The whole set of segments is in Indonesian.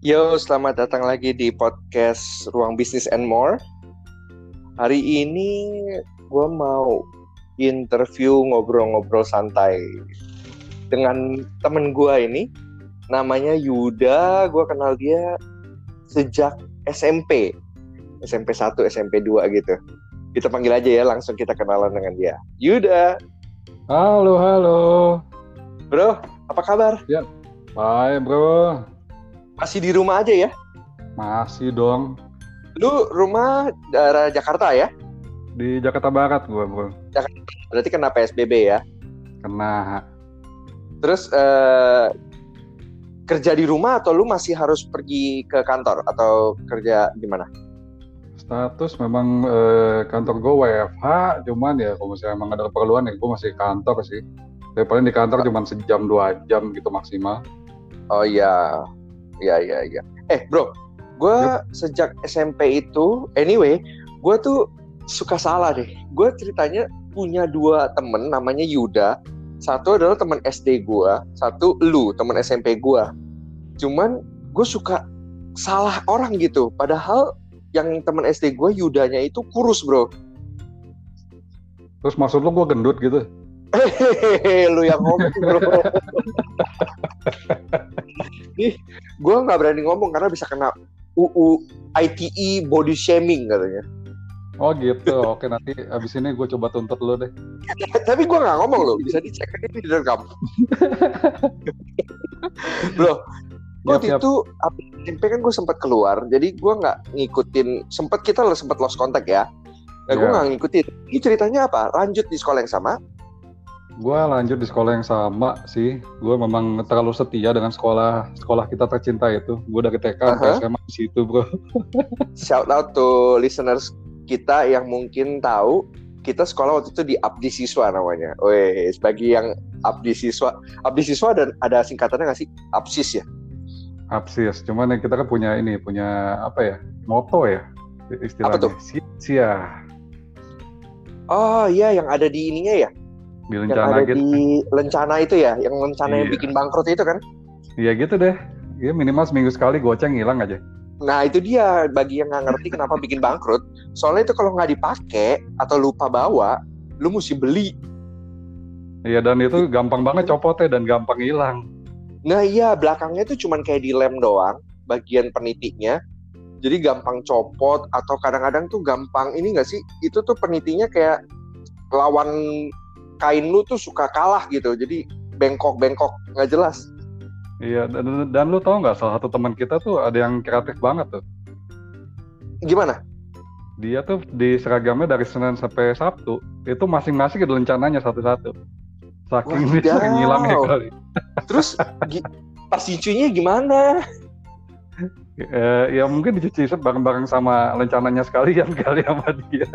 Yo, selamat datang lagi di podcast Ruang Bisnis and More. Hari ini gue mau interview ngobrol-ngobrol santai dengan temen gue ini. Namanya Yuda, gue kenal dia sejak SMP 1, SMP 2 gitu. Kita panggil aja ya, langsung kita kenalan dengan dia. Yuda. Halo, halo. Bro, apa kabar? Ya, baik bro. Masih di rumah aja ya? Masih dong. Lu rumah daerah Jakarta ya? Di Jakarta Barat gua bro. Berarti kena PSBB ya? Kena. Terus kerja di rumah atau lu masih harus pergi ke kantor atau kerja di mana? Status memang kantor gua WFH, cuman ya kalau misalnya emang ada keperluan ya gua masih kantor sih. Tapi paling di kantor cuma sejam 2 jam gitu maksimal. Oh iya. Iya. Bro, gue sejak SMP itu, anyway, gue tuh suka salah deh. Gue ceritanya punya 2 temen namanya Yuda. Satu adalah teman SD gue, satu lu, teman SMP gue. Cuman gue suka salah orang gitu. Padahal yang teman SD gue, Yudanya itu kurus, bro. Terus maksud lu gua gendut gitu? Hehehe, lu yang ngomong, bro. Nih, gue nggak berani ngomong karena bisa kena UU ITE body shaming katanya. Oh gitu. Oke, nanti abis ini gue coba tuntut lu deh. Tapi gue nggak ngomong loh, bisa dicek ini direkam. Bro, waktu itu SMP kan gue sempat keluar, jadi gue nggak ngikutin. Kita sempat lost contact ya. Nah, gue nggak ngikutin. Ini ceritanya apa? Lanjut di sekolah yang sama? Gue lanjut di sekolah yang sama sih. Gue memang terlalu setia dengan sekolah kita tercinta itu. Gue dari TK sampai SMA di situ, bro. Shout out to listeners kita yang mungkin tahu, kita sekolah waktu itu di Abdi Siswa namanya. Wes, bagi yang Abdi Siswa dan ada singkatannya nggak sih? Absis ya? Absis. Cuman kita kan punya apa ya? Moto ya istilahnya. Apa tuh? Sia. Oh iya, yang ada di ininya ya? Di Lencana yang ada gitu. Di Lencana itu ya, yang Lencana yang bikin bangkrut itu kan? Iya gitu deh. Iya minimal seminggu sekali goceng hilang aja. Nah itu dia, bagi yang nggak ngerti kenapa bikin bangkrut. Soalnya itu kalau nggak dipakai atau lupa bawa, lu mesti beli. Iya, dan itu gampang banget copotnya dan gampang hilang. Nah iya, belakangnya itu cuman kayak dilem doang, bagian penitinya. Jadi gampang copot, atau kadang-kadang tuh gampang, ini nggak sih, itu tuh penitinya kayak lawan kain lu tuh suka kalah gitu, jadi bengkok nggak jelas. Iya, dan lu tau nggak, salah satu teman kita tuh ada yang kreatif banget tuh. Gimana? Dia tuh di seragamnya dari Senin sampai Sabtu itu masing-masing ada rencananya satu-satu. Saking dia sering ngilangnya kali. Terus pas nyucinya gimana? Ya mungkin dicuci bareng-bareng sama rencananya sekalian kali sama dia.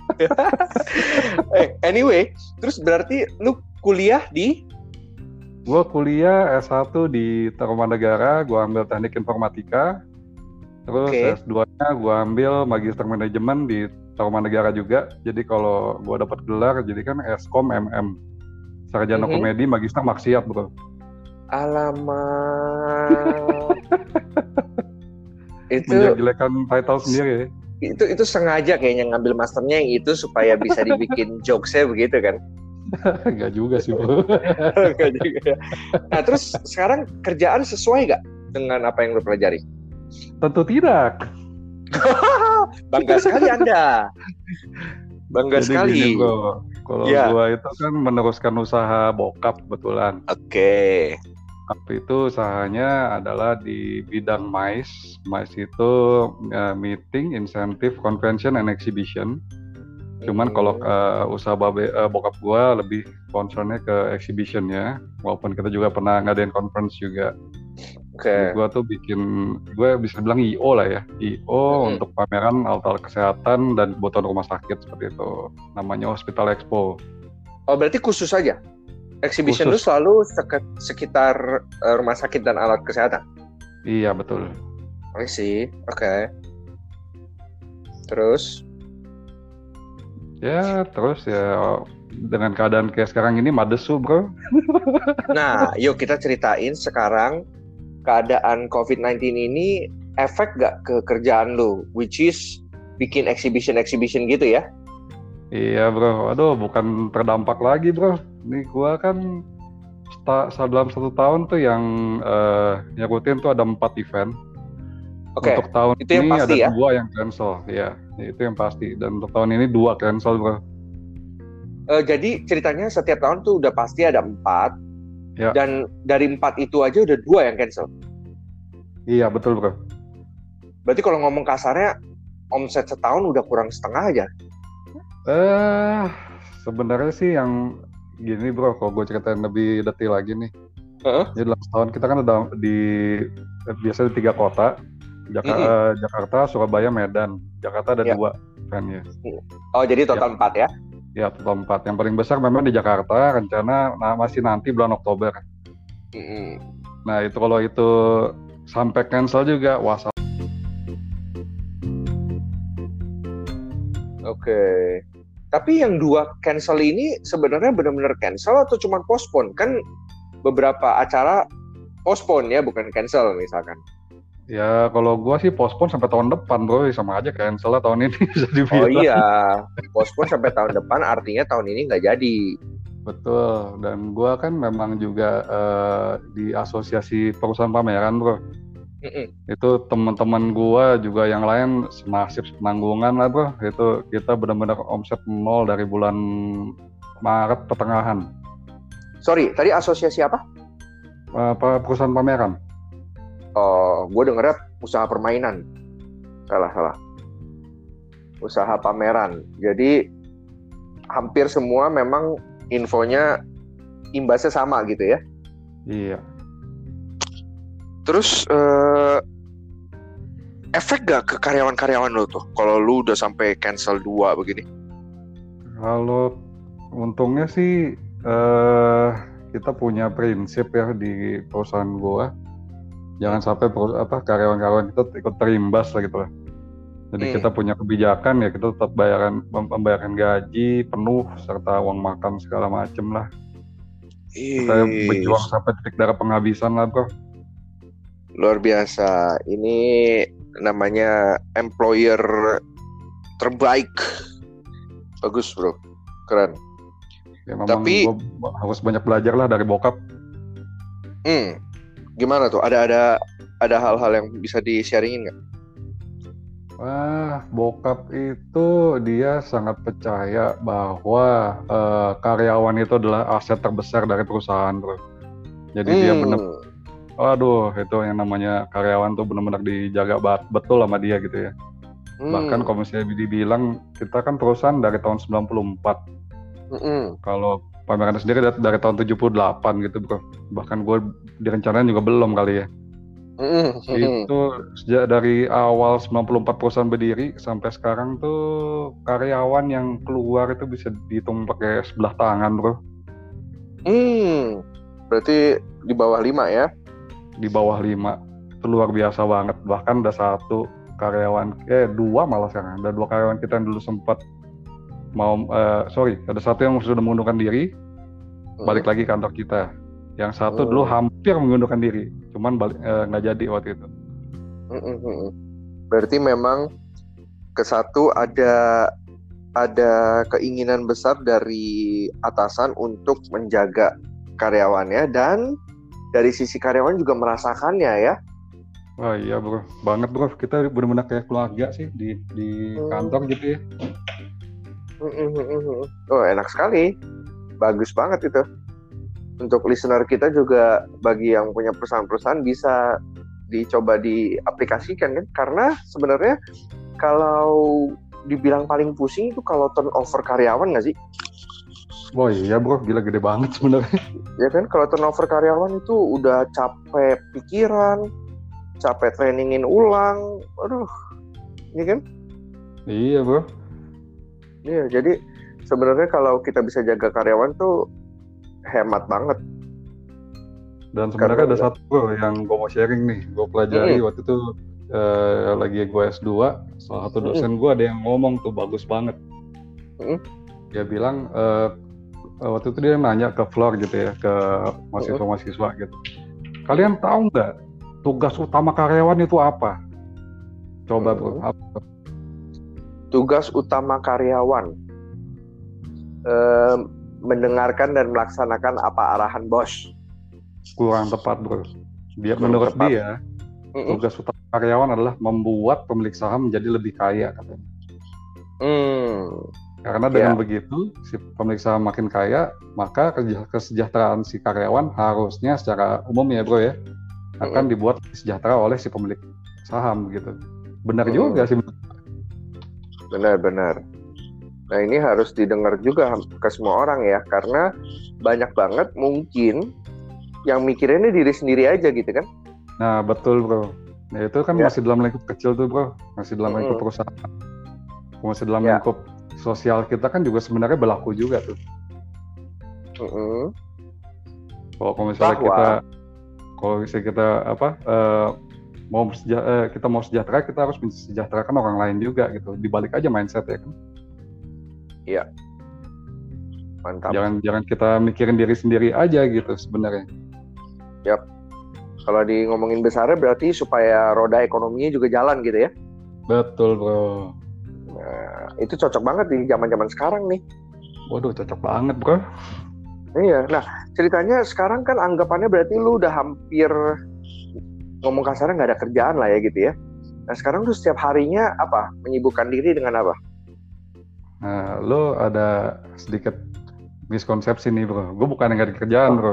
Anyway, terus berarti lu kuliah di? Gue kuliah S1 di Tarumanegara, gue ambil teknik informatika. Terus S2-nya gue ambil magister manajemen di Tarumanegara juga. Jadi kalau gue dapat gelar, jadi kan Eskom MM. Sarjana komedi, magister maksiat, bro. Alamak. Itu menjelek-jelekan title sendiri ya. Itu sengaja kayaknya ngambil masternya yang itu supaya bisa dibikin jokesnya begitu kan? Enggak juga sih, bro. Enggak juga. Nah terus sekarang kerjaan sesuai gak dengan apa yang lu pelajari? Tentu tidak. Bangga sekali Anda. Bangga jadi sekali. Gini, bro. Kalau gua itu kan meneruskan usaha bokap kebetulan. Oke. Tapi itu usahanya adalah di bidang MICE. MICE itu Meeting, Incentive, Convention, and Exhibition. Cuman kalau usaha bokap gue lebih concernnya ke exhibitionnya, walaupun kita juga pernah ngadain conference juga. Oke. Gue tuh gue bisa bilang I.O. lah ya, I.O. untuk pameran alat-alat kesehatan dan kebutuhan rumah sakit seperti itu. Namanya Hospital Expo. Oh berarti khusus aja? Exhibition itu selalu sekitar rumah sakit dan alat kesehatan? Iya betul. I see, oke. Terus? Ya terus ya dengan keadaan kayak sekarang ini madesu bro. Nah yuk kita ceritain sekarang keadaan COVID-19 ini efek gak ke kerjaan lu, which is bikin exhibition gitu ya? Iya bro, aduh bukan terdampak lagi bro. Ini gua kan dalam 1 tahun tuh yang nyebutin tuh ada 4 event. Oke, Untuk tahun itu yang ini ada pasti ya? 2 yang cancel, ya itu yang pasti. Dan untuk tahun ini 2 cancel bro. Jadi ceritanya setiap tahun tuh udah pasti ada 4, Ya, dan dari 4 itu aja udah 2 yang cancel. iya betul bro. Berarti kalau ngomong kasarnya, omset setahun udah kurang setengah aja. Sebenarnya sih yang gini bro, kalau gue ceritain lebih detail lagi nih. Heeh. Jadi dalam setahun kita kan udah biasanya di 3 kota, Jakarta, Surabaya, Medan. Jakarta ada Ya. 2 eventnya. Oh, jadi total 4 ya? Ya, total 4. Yang paling besar memang di Jakarta, rencana masih nanti bulan Oktober. Mm-mm. Nah, itu kalau itu sampai cancel juga, wah. Oke. Tapi yang 2 cancel ini sebenarnya benar-benar cancel atau cuma postpone? Kan beberapa acara postpone ya, bukan cancel misalkan. Ya, kalau gua sih postpone sampai tahun depan, bro. Sama aja cancel lah tahun ini bisa dibilang. Oh iya, postpone sampai tahun depan artinya tahun ini nggak jadi. Betul. Dan gua kan memang juga di asosiasi perusahaan pameran, bro. Mm-mm. Itu teman-teman gua juga yang lain senasib penanggungan lah, bro. Itu kita benar-benar omset 0 dari bulan Maret pertengahan. Sorry, tadi asosiasi apa? Perusahaan pameran. Oh, gue dengernya usaha permainan. Salah. Usaha pameran. Jadi hampir semua memang infonya imbasnya sama gitu ya. Iya. Terus efek gak ke karyawan-karyawan lo tuh kalau lu udah sampai cancel 2 begini? Kalau untungnya sih kita punya prinsip ya di perusahaan gua, jangan sampai karyawan-karyawan kita ikut terimbas lah gitu lah. Jadi kita punya kebijakan ya, kita tetap membayarkan gaji penuh serta uang makan segala macem lah. Kita berjuang sampai titik darah penghabisan lah bro. Luar biasa. Ini namanya employer terbaik. Bagus bro, keren. Ya memang gua harus banyak belajar lah dari bokap. Gimana tuh? Ada hal-hal yang bisa di-sharingin nggak? Wah, bokap itu dia sangat percaya bahwa karyawan itu adalah aset terbesar dari perusahaan, bro. Jadi dia aduh, itu yang namanya karyawan tuh benar-benar dijaga betul sama dia gitu ya. Bahkan kalau misalnya dibilang, kita kan perusahaan dari tahun 94. Kalau pameran sendiri dari tahun 78 gitu bro. Bahkan gue direncanain juga belum kali ya. Itu sejak dari awal 94 perusahaan berdiri sampai sekarang tuh karyawan yang keluar itu bisa dihitung pakai sebelah tangan bro. Berarti di bawah 5 ya? Di bawah 5. Itu luar biasa banget. Bahkan ada 2 malah sekarang. Ada 2 karyawan kita yang dulu sempat ada 1 yang sudah mengundurkan diri, balik lagi kantor kita. Yang 1 dulu hampir mengundurkan diri, cuman nggak jadi waktu itu. Berarti memang ke 1 ada keinginan besar dari atasan untuk menjaga karyawannya, dan dari sisi karyawan juga merasakannya ya. Wah iya bro, banget bro. Kita benar-benar kayak keluarga sih di kantor gitu ya. Oh enak sekali, bagus banget itu. Untuk listener kita juga, bagi yang punya perusahaan-perusahaan bisa dicoba diaplikasikan kan. Karena sebenarnya kalau dibilang paling pusing itu kalau turnover karyawan nggak sih? Oh iya bro, gila gede banget sebenarnya. Ya kan, kalau turnover karyawan itu udah capek pikiran, capek trainingin ulang, aduh, ini kan? Iya bro. Iya, jadi sebenarnya kalau kita bisa jaga karyawan tuh hemat banget. Dan sebenarnya ada 1 bro yang gue mau sharing nih, gue pelajari waktu itu lagi gue S2, salah 1 dosen gue ada yang ngomong tuh bagus banget. Dia bilang waktu itu dia nanya ke floor gitu ya, ke mahasiswa-mahasiswa gitu. Kalian tahu nggak tugas utama karyawan itu apa? Coba bro, apa? Tugas utama karyawan mendengarkan dan melaksanakan apa arahan bos. Kurang tepat bro. Menurut tepat. dia, tugas utama karyawan adalah membuat pemilik saham menjadi lebih kaya katanya. Karena dengan begitu si pemilik saham makin kaya, maka kesejahteraan si karyawan harusnya secara umum ya bro ya akan dibuat sejahtera oleh si pemilik saham gitu. Benar juga sih. Benar. Nah ini harus didengar juga ke semua orang ya, karena banyak banget mungkin yang mikirinnya diri sendiri aja gitu kan. Nah betul bro. Nah itu kan masih dalam lingkup kecil tuh bro, masih dalam lingkup perusahaan, masih dalam lingkup sosial kita kan juga sebenarnya berlaku juga tuh. Kalau misalnya kita kita mau sejahtera, kita harus mensejahterakan orang lain juga gitu. Dibalik aja mindset ya kan. Iya. Mantap. Jangan kita mikirin diri sendiri aja gitu sebenarnya. Yap. Kalau di ngomongin besarnya berarti supaya roda ekonominya juga jalan gitu ya. Betul bro. Nah, itu cocok banget di zaman-zaman sekarang nih. Waduh, cocok banget bro. Iya. Nah, ceritanya sekarang kan anggapannya berarti lu udah hampir, ngomong kasarnya nggak ada kerjaan lah ya gitu ya. Nah sekarang tuh setiap harinya apa? Menyibukkan diri dengan apa? Nah, lo ada sedikit miskonsepsi nih bro. Gue bukan nggak ada kerjaan bro.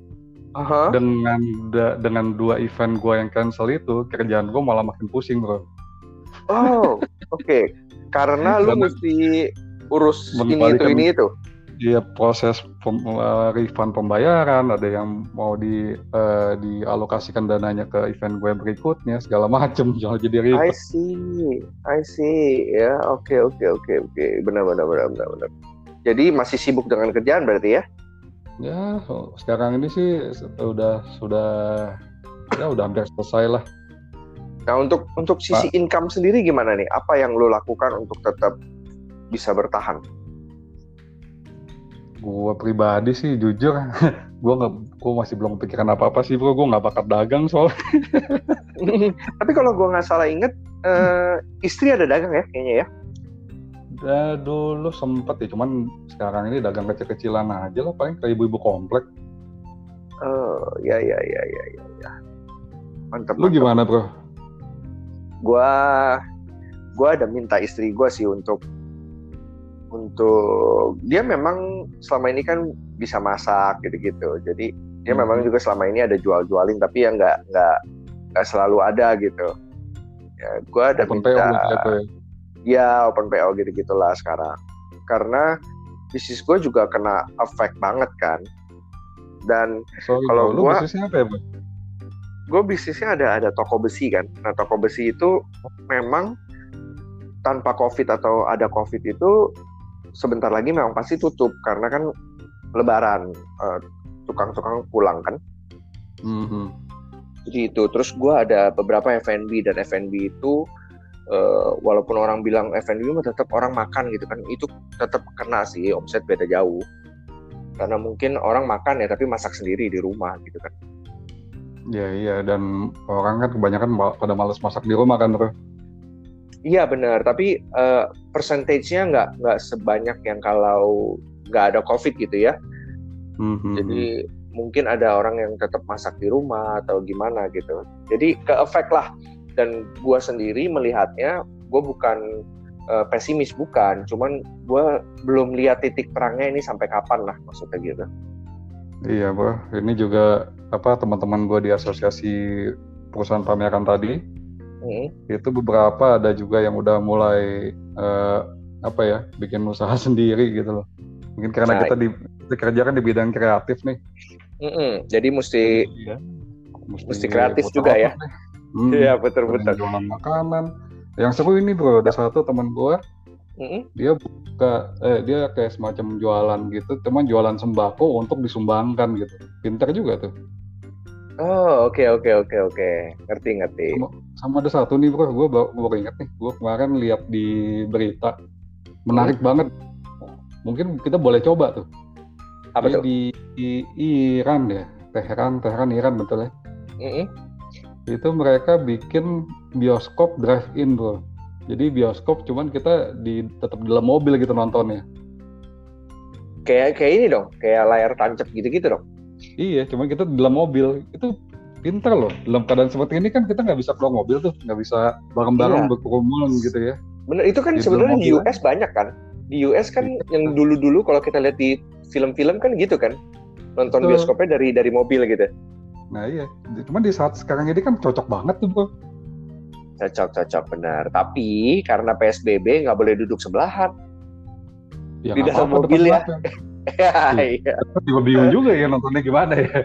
Dengan 2 event gue yang cancel itu, kerjaan gue malah makin pusing bro. Oh, oke. Karena lu mesti urus ini itu. Iya, proses refund pembayaran, ada yang mau dialokasikan dananya ke event gue berikutnya, segala macam, jangan jadi ribet. I see. Ya, oke. Benar. Jadi masih sibuk dengan kerjaan berarti ya? Ya, sekarang ini sih udah hampir selesai lah. Nah, untuk sisi income sendiri gimana nih? Apa yang lo lakukan untuk tetap bisa bertahan? Gue pribadi sih jujur, gue masih belum kepikiran apa-apa sih bro. Gue nggak bakat dagang soalnya. Tapi kalau gue nggak salah inget, istri ada dagang ya kayaknya ya? Dulu sempet ya, cuman sekarang ini dagang kecil-kecilan aja lah, paling ke ibu-ibu komplek. Ya. Mantap. Lu gimana bro? Gue ada minta istri gue sih untuk dia memang selama ini kan bisa masak gitu-gitu. Jadi dia memang juga selama ini ada jual-jualin, tapi ya nggak selalu ada gitu. Ya gue ada open minta. PO gitu ya? Ya open PO gitu-gitulah sekarang. Karena bisnis gue juga kena efek banget kan. Dan kalau lu bisnisnya apa ya bro? Gue bisnisnya ada toko besi kan. Nah toko besi itu memang tanpa COVID atau ada COVID itu sebentar lagi memang pasti tutup karena kan Lebaran, tukang-tukang pulang kan. Jadi itu. Terus gue ada beberapa F&B, dan F&B itu walaupun orang bilang F&B mah tetap orang makan gitu kan, itu tetap kena sih, omset beda jauh. Karena mungkin orang makan ya tapi masak sendiri di rumah gitu kan. Iya, dan orang kan kebanyakan pada malas masak di rumah kan bro. Iya benar, tapi persentasenya nggak sebanyak yang kalau nggak ada COVID gitu ya. Jadi mungkin ada orang yang tetap masak di rumah atau gimana gitu. Jadi ke-efek lah. Dan gue sendiri melihatnya, gue bukan pesimis, bukan. Cuman gue belum lihat titik terangnya ini sampai kapan lah maksudnya gitu. Iya bro, ini juga teman-teman gue di asosiasi perusahaan pameran tadi, itu beberapa ada juga yang udah mulai bikin usaha sendiri gitu loh. Mungkin karena kita kerja kan di bidang kreatif nih. Jadi mesti kreatif juga ya. Iya betul. Jualan makanan. Yang seru ini bro, ada satu teman gue, dia kayak semacam jualan gitu, cuman jualan sembako untuk disumbangkan gitu. Pintar juga tuh. Oh oke. Ngerti. Sama ada satu nih bro, gue baru ingat nih, gue kemarin lihat di berita, menarik banget. Mungkin kita boleh coba tuh. Apa dia tuh? Di Iran ya, Teheran Iran betul ya. Itu mereka bikin bioskop drive-in bro. Jadi bioskop cuman kita tetap di dalam mobil gitu nontonnya. Kayak ini dong, kayak layar tancap gitu-gitu dong. Iya, cuman kita di dalam mobil. Itu pinter loh. Dalam keadaan seperti ini kan kita nggak bisa keluar mobil tuh, nggak bisa bareng-bareng berkerumun gitu ya. Bener, itu kan sebenarnya di US banyak kan. Di US kan yang dulu-dulu kalau kita lihat di film-film kan gitu kan. Nonton bioskopnya dari mobil gitu. Nah iya, cuman di saat sekarang ini kan cocok banget tuh bro. Cocok benar. Tapi karena PSBB nggak boleh duduk sebelahan ya, di dalam mobil ya. Iya. Juga bingung juga ya nontonnya gimana ya.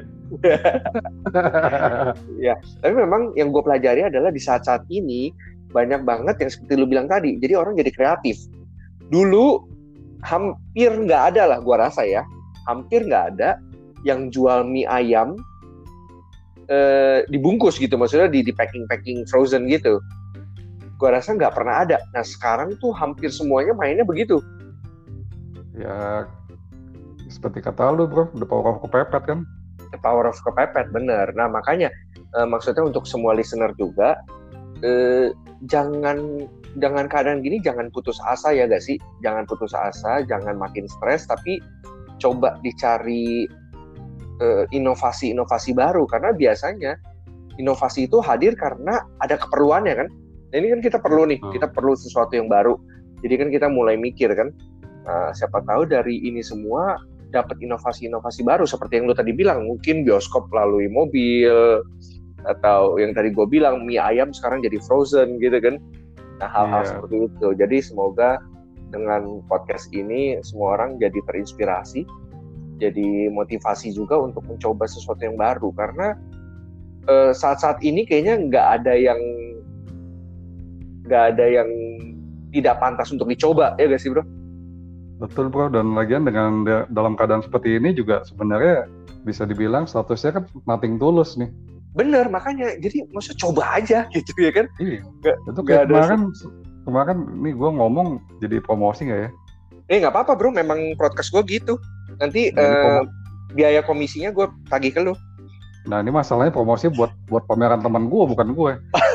Ya, tapi memang yang gue pelajari adalah di saat-saat ini banyak banget yang seperti lu bilang tadi. Jadi orang jadi kreatif. Dulu hampir nggak ada lah, gue rasa ya. Hampir nggak ada yang jual mie ayam dibungkus gitu, maksudnya di packing frozen gitu. Gue rasa nggak pernah ada. Nah sekarang tuh hampir semuanya mainnya begitu. Ya seperti kata lu bro, the power of kepepet kan. The power of kepepet, bener. Nah makanya maksudnya untuk semua listener juga, jangan keadaan gini jangan putus asa ya gak sih? Jangan putus asa, jangan makin stres, tapi coba dicari inovasi-inovasi baru, karena biasanya inovasi itu hadir karena ada keperluannya kan. Nah, ini kan kita perlu nih, kita perlu sesuatu yang baru. Jadi kan kita mulai mikir kan, siapa tahu dari ini semua dapat inovasi-inovasi baru seperti yang lu tadi bilang, mungkin bioskop melalui mobil, atau yang tadi gue bilang mie ayam sekarang jadi frozen gitu kan. Nah hal-hal seperti itu. Jadi semoga dengan podcast ini semua orang jadi terinspirasi, jadi motivasi juga untuk mencoba sesuatu yang baru, karena saat-saat ini kayaknya nggak ada yang tidak pantas untuk dicoba, ya gak sih bro? Betul bro, dan lagian dengan dalam keadaan seperti ini juga sebenarnya bisa dibilang statusnya kan nothing tulus nih. Bener, makanya jadi maksudnya coba aja gitu ya kan. Iya, itu kayak kemarin nih gue ngomong jadi promosi nggak ya? Nggak apa-apa bro, memang podcast gue gitu. Nanti biaya komisinya gue tagih ke lu. Nah ini masalahnya promosi buat pameran teman gue, bukan gue.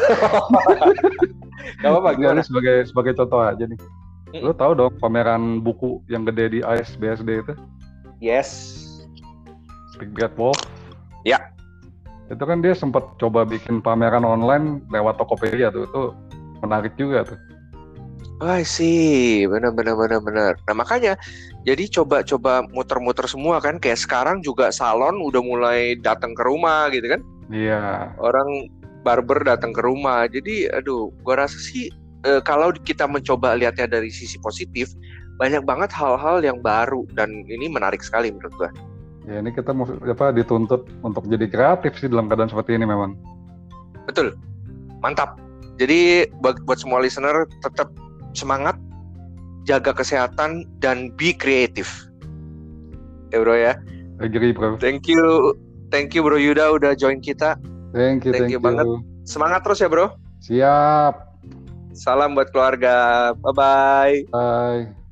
Gak apa-apa, gimana? Sebagai contoh aja nih. Lu tahu dong pameran buku yang gede di AIS BSD itu? Yes. Speak Great Wolf. Ya. Itu kan dia sempat coba bikin pameran online lewat Tokopedia tuh. Itu menarik juga tuh. I see, benar. Nah makanya, jadi coba muter-muter semua kan. Kayak sekarang juga salon udah mulai datang ke rumah gitu kan. Iya. Orang barber datang ke rumah. Jadi, gua rasa sih kalau kita mencoba lihatnya dari sisi positif, banyak banget hal-hal yang baru dan ini menarik sekali menurut gua. Ya ini kita dituntut untuk jadi kreatif sih dalam keadaan seperti ini memang. Betul, mantap. Jadi buat semua listener tetap semangat, jaga kesehatan dan be kreatif. Ya bro ya. Agree bro. Thank you bro Yuda udah join kita. Thank you banget. Semangat terus ya bro. Siap. Salam buat keluarga. Bye-bye. Bye.